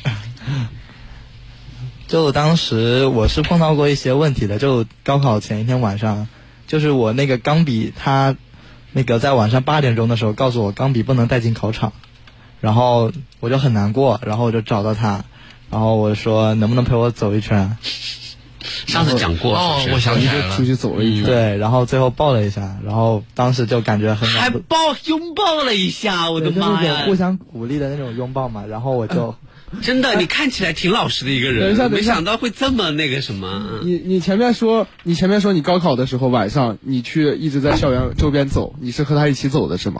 就当时我是碰到过一些问题的，就高考前一天晚上，就是我那个钢笔他在晚上8点钟的时候告诉我钢笔不能带进考场，然后我就很难过，然后我就找到他，然后我说能不能陪我走一圈， 上次讲过哦，我想起来了， 出去走了一圈， 对，然后最后抱了一下，然后当时就感觉很还拥抱了一下，我的妈呀！ 互相鼓励的那种拥抱嘛，然后我就。 真的，你看起来挺老实的一个人， 等一下没想到会这么那个什么。 你前面说你高考的时候晚上你去一直在校园周边走，你是和他一起走的是吗？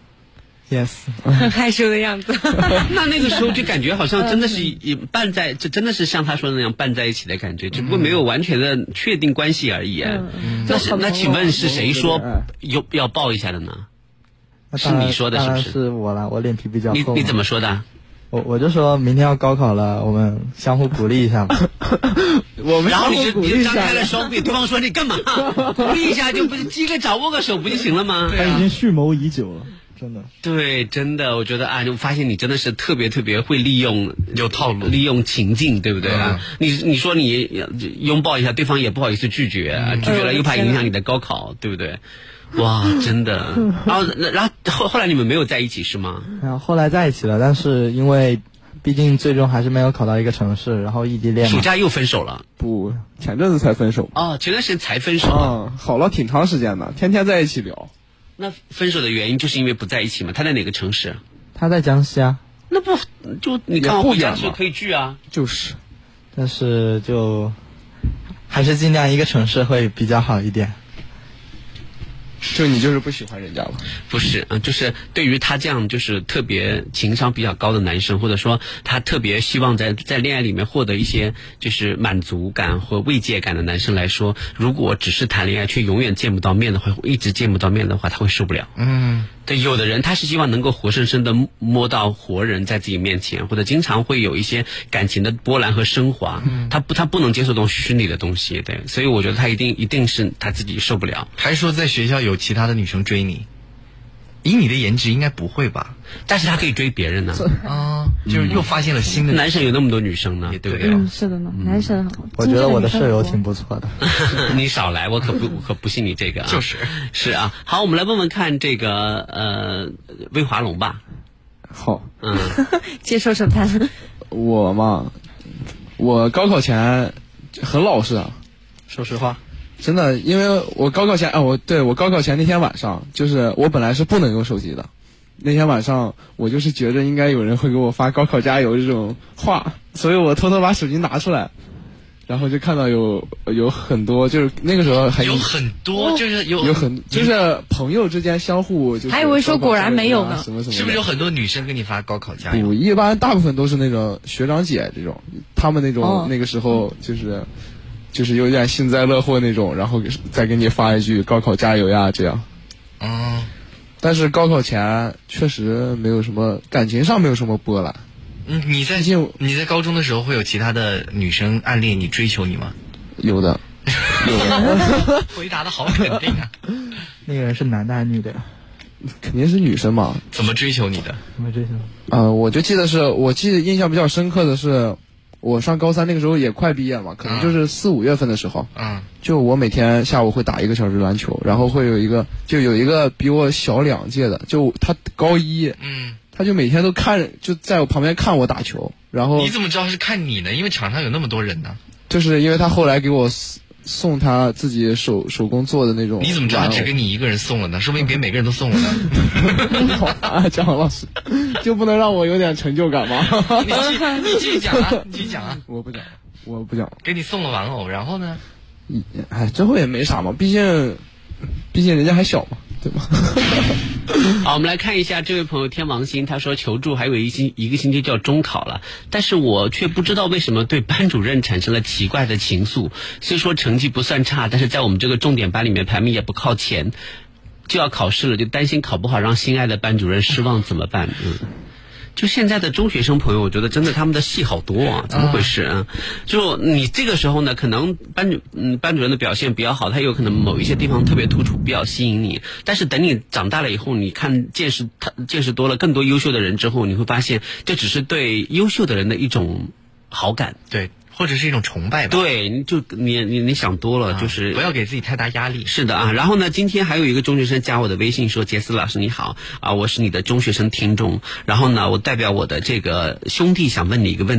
Yes， 很害羞的样子。 那个时候就感觉好像真的是伴在，这真的是像他说的那样伴在一起的感觉，只不过没有完全的确定关系而已。那请问是谁说要抱一下的呢？是你说的是不是？ 当然是我了，我脸皮比较厚。 你怎么说的？ 我就说明天要高考了，我们相互鼓励一下吧。 然后你就张开了双臂，对方说你干嘛？鼓励一下就不是击个掌握个手不就行了吗？ 他已经蓄谋已久了。真的， 对，真的，我觉得就发现你真的是特别会利用有套路， 利用情境，对不对啊？你说你拥抱一下，对方也不好意思拒绝，拒绝了又怕影响你的高考，对不对？哇，真的。然后后来你们没有在一起是吗？ 然后后来在一起了，但是因为毕竟最终还是没有考到一个城市，然后异地恋。 暑假又分手了？ 不，前阵子才分手。 哦，前段时间才分手。 好了挺长时间的，天天在一起聊。 那分手的原因就是因为不在一起吗？他在哪个城市？ 他在江西啊。 那不就你刚好回家就可以聚啊？ 就是， 但是就还是尽量一个城市会比较好一点。 就你就是不喜欢人家了？ 不是就是对于他这样就是特别情商比较高的男生，或者说他特别希望在恋爱里面获得一些就是满足感或慰藉感的男生来说，如果只是谈恋爱却永远见不到面的话，一直见不到面的话，他会受不了。对，有的人他是希望能够活生生的摸到活人在自己面前，或者经常会有一些感情的波澜和升华，他不能接受这种虚拟的东西。对，所以我觉得他一定是他自己受不了。 还是说在学校有其他的女生追你？以你的颜值应该不会吧？ 但是他可以追别人呢。 就是又发现了新的男生有那么多女生呢，对不对？ 是的呢，男生好。 我觉得我的舍友挺不错的。 你少来，我可不信你这个啊。是啊。好，我们来问问看这个魏华龙吧。 好。 接受审判。 我嘛，我高考前很老实啊， 说实话。 真的，因为我高考前我高考前那天晚上，就是我本来是不能用手机的。那天晚上我就是觉着应该有人会给我发高考加油这种话，所以我偷偷把手机拿出来，然后就看到有很多，就是那个时候还有很多，就是就是朋友之间相互就是。 还以为说果然没有呢， 什么是不是有很多女生给你发高考加油？ 一般大部分都是那种学长姐这种，他们那种那个时候就是有点幸灾乐祸那种，然后再给你发一句高考加油呀这样。但是高考前确实没有什么感情上没有什么波澜。 你在高中的时候会有其他的女生暗恋你追求你吗？ 有的。 回答的好肯定啊。 那个人是男的还是女的？ 肯定是女生嘛。 怎么追求你的？ 怎么追求？ 我记得印象比较深刻的是。我上高三那个时候也快毕业嘛，可能就是4、5月份的时候，就我每天下午会打1个小时篮球，然后会有一个比我小2届的，就他高1，他就每天都就在我旁边看我打球，然后你怎么知道是看你呢？因为场上有那么多人呢。 就是因为他后来给我送他自己手工做的那种。 你怎么知道他只给你一个人送了呢？说不定给每个人都送了呢。 好嘉豪老师，就不能让我有点成就感吗？ 你继续讲啊，你继续讲啊。 我不讲。 给你送了玩偶，然后呢？ 最后也没啥嘛，毕竟人家还小嘛，对吧？ 好，我们来看一下这位朋友天王星，他说求助还有一个星期就要中考了，但是我却不知道为什么对班主任产生了奇怪的情愫。虽说成绩不算差，但是在我们这个重点班里面排名也不靠前，就要考试了，就担心考不好让心爱的班主任失望怎么办？就现在的中学生朋友，我觉得真的他们的戏好多啊，怎么回事啊？就你这个时候呢，可能班主任的表现比较好，他有可能某一些地方特别突出，比较吸引你。但是等你长大了以后，你看见识多了更多优秀的人之后，你会发现这只是对优秀的人的一种好感， 对。或者是一种崇拜吧。 对，你想多了，就是不要给自己太大压力。 是的啊，然后呢，今天还有一个中学生加我的微信说：“杰斯老师你好我是你的中学生听众。然后呢，我代表我的这个兄弟想问你一个问题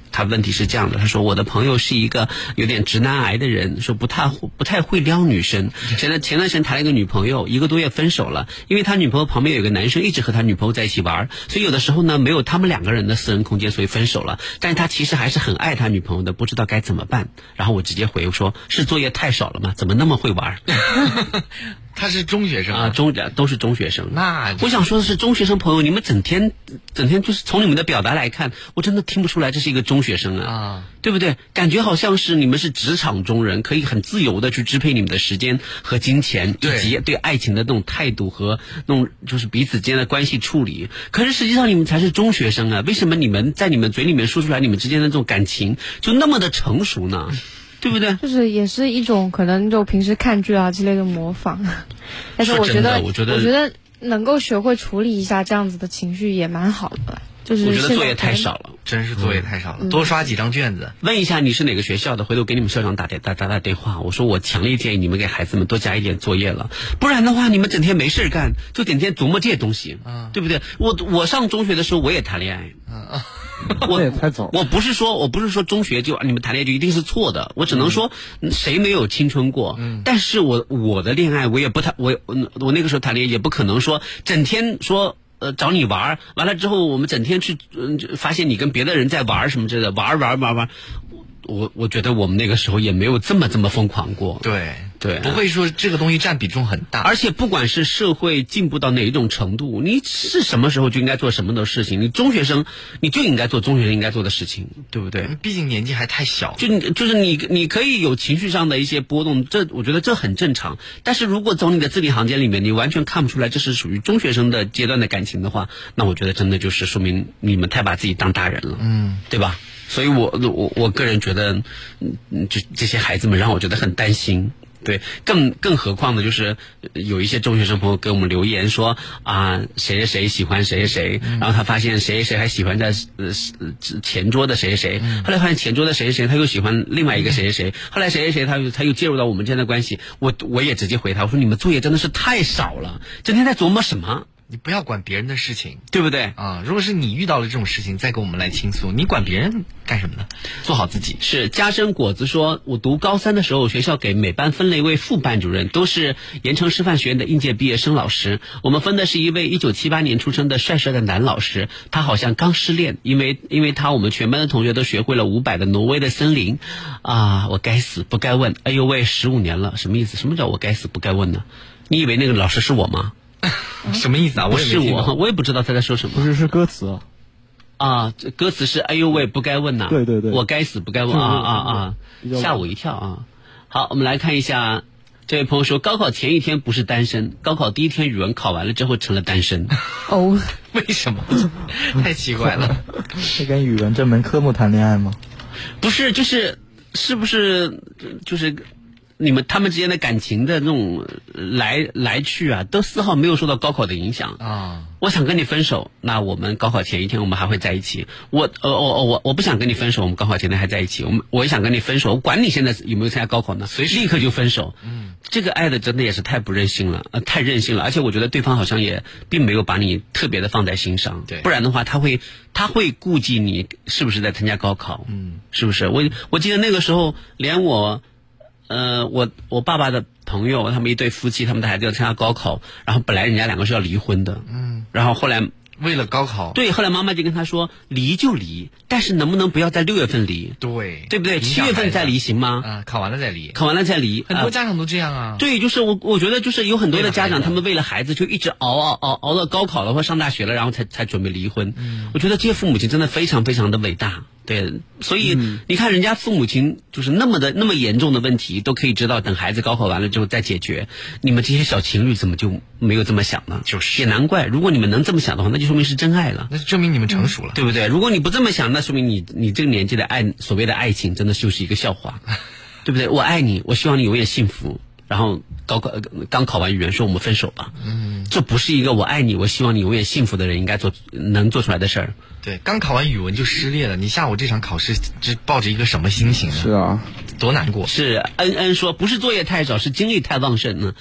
他问题是这样的，他说我的朋友是一个有点直男癌的人，说不太会撩女生。前段时间谈了一个女朋友，1个多月分手了，因为他女朋友旁边有个男生一直和他女朋友在一起玩，所以有的时候呢没有他们2个人的私人空间，所以分手了。但是他其实还是很爱他女朋友的，不知道该怎么办。然后我直接回说，是作业太少了吗？怎么那么会玩？ 他是中学生啊，都是中学生。 那我想说的是，中学生朋友，你们整天就是从你们的表达来看，我真的听不出来这是一个中学生啊，对不对？感觉好像是你们是职场中人，可以很自由的去支配你们的时间和金钱，以及对爱情的那种态度和那种就是彼此间的关系处理。可是实际上你们才是中学生啊，为什么你们在你们嘴里面说出来你们之间的这种感情就那么的成熟呢？对不对？ 就是也是一种可能就平时看剧啊之类的模仿，但是我觉得能够学会处理一下这样子的情绪也蛮好的。就是我觉得作业太少了， 真是作业太少了，多刷几张卷子。 问一下你是哪个学校的，回头给你们校长打电话，我说我强烈建议你们给孩子们多加一点作业了，不然的话你们整天没事干，就整天琢磨这些东西，对不对？我上中学的时候我也谈恋爱， 我也太早。 我不是说中学就你们谈恋爱就一定是错的，我只能说谁没有青春过。但是我的恋爱我也不谈，我那个时候谈恋爱也不可能说整天说找你玩了之后我们整天去发现你跟别的人在玩什么之类的，玩。我觉得我们那个时候也没有这么疯狂过。对， 不会说这个东西占比重很大。 而且不管是社会进步到哪一种程度，你是什么时候就应该做什么的事情。你中学生你就应该做中学生应该做的事情，对不对？ 毕竟年纪还太小。 就是你可以有情绪上的一些波动，我觉得这很正常。但是如果从你的字里行间里面你完全看不出来这是属于中学生的阶段的感情的话，那我觉得真的就是说明你们太把自己当大人了，对吧？所以我个人觉得，就这些孩子们让我觉得很担心。对，更何况的就是有一些中学生朋友给我们留言说啊，谁喜欢谁，然后他发现谁还喜欢在前桌的谁，后来发现前桌的谁他又喜欢另外一个谁，后来谁他又介入到我们之间的关系，我也直接回他，我说你们作业真的是太少了，整天在琢磨什么？ 你不要管别人的事情， 对不对啊？如果是你遇到了这种事情，再跟我们来倾诉，你管别人干什么呢？做好自己。 是家生果子说，我读高3的时候，学校给每班分了一位副班主任，都是盐城师范学院的应届毕业生老师。我们分的是一位1978年出生的帅帅的男老师，他好像刚失恋，因为他我们全班的同学都学会了500的挪威的森林啊！我该死不该问，哎呦喂，15年了，什么意思？什么叫我该死不该问呢？你以为那个老师是我吗？ 什么意思啊？ 不是我也不知道他在说什么。 不是歌词啊，这歌词是哎呦喂不该问呐， 对， 我该死不该问啊，吓我一跳啊！好，我们来看一下，这位朋友说，高考前一天不是单身，高考第一天语文考完了之后成了单身。 哦， 为什么？太奇怪了。 是跟语文这门科目谈恋爱吗？ 不是，是不是就是他们之间的感情的那种来去啊，都丝毫没有受到高考的影响啊。我想跟你分手，那我们高考前一天我们还会在一起。我不想跟你分手，我们高考前天还在一起。我也想跟你分手，我管你现在有没有参加高考呢，随时立刻就分手。这个爱的真的也是太不任性了，太任性了。而且我觉得对方好像也并没有把你特别的放在心上，对，不然的话他会顾忌你是不是在参加高考，是不是？我记得那个时候连我爸爸的朋友，他们一对夫妻，他们的孩子要参加高考，然后本来人家2个是要离婚的，然后后来为了高考， 对，后来妈妈就跟他说，离就离，但是能不能不要在6月份离？对不对？7月份再离行吗？ 考完了再离，很多家长都这样啊。 对，就是我觉得就是有很多的家长，他们为了孩子就一直熬到高考了或上大学了，然后才准备离婚。我觉得这些父母亲真的非常非常的伟大。对，所以你看人家父母亲就是那么严重的问题都可以知道，等孩子高考完了之后再解决。你们这些小情侣怎么就没有这么想呢？也难怪，如果你们能这么想的话，那就说明是真爱了， 那就证明你们成熟了， 对不对？如果你不这么想，那说明你这个年纪的所谓的爱情真的就是一个笑话，对不对？我爱你，我希望你永远幸福，然后刚考完语文说我们分手吧，这不是一个我爱你，我希望你永远幸福的人应该能做出来的事儿。 对，刚考完语文就失恋了，你下午这场考试是抱着一个什么心情呢？ 是啊， 多难过。 是恩说不是作业太少，是精力太旺盛呢。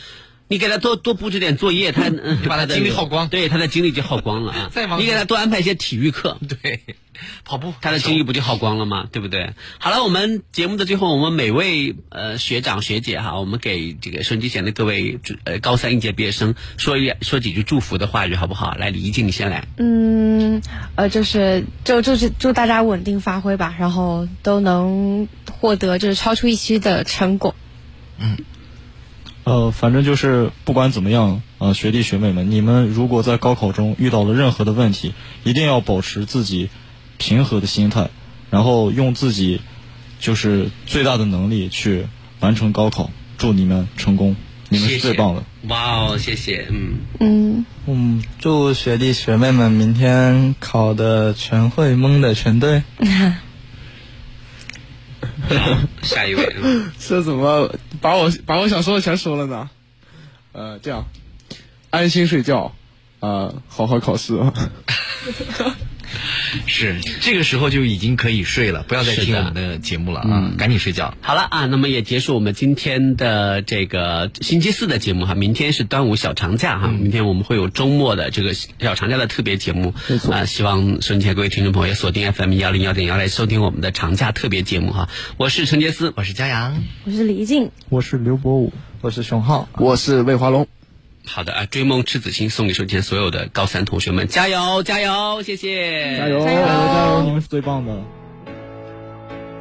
你给他多布置点作业，他你把他精力耗光， 对，他的精力就耗光了啊。 再忙， 你给他多安排一些体育课， 对，跑步， 他的精力不就耗光了吗？对不对？好了，我们节目的最后，我们每位学长学姐哈，我们给这个收音机前的各位高3应届毕业生说几句祝福的话语，好不好？来，李一静，你先来。 就是祝大家稳定发挥吧，然后都能获得就是超出预期的成果。 反正就是不管怎么样，学弟学妹们，你们如果在高考中遇到了任何的问题，一定要保持自己平和的心态，然后用自己就是最大的能力去完成高考。祝你们成功，你们是最棒的。 哇哦，谢谢。 祝学弟学妹们明天考的全会，蒙的全对。 下一位， 这怎么把我想说的全说了呢？这样，安心睡觉，好好考试。 是这个时候就已经可以睡了，不要再听我们的节目了啊！赶紧睡觉。 好了啊，那么也结束我们今天的这个星期四的节目哈。明天是端午小长假哈，明天我们会有周末的这个小长假的特别节目希望收音机各位听众朋友也锁定 FM 101.1来收听我们的长假特别节目哈。我是陈杰斯， 我是嘉阳， 我是李一静， 我是刘博武， 我是熊浩， 我是魏华龙。 好的追梦赤子心送给收听所有的高3同学们，加油加油，谢谢， 加油加油，你们是最棒的。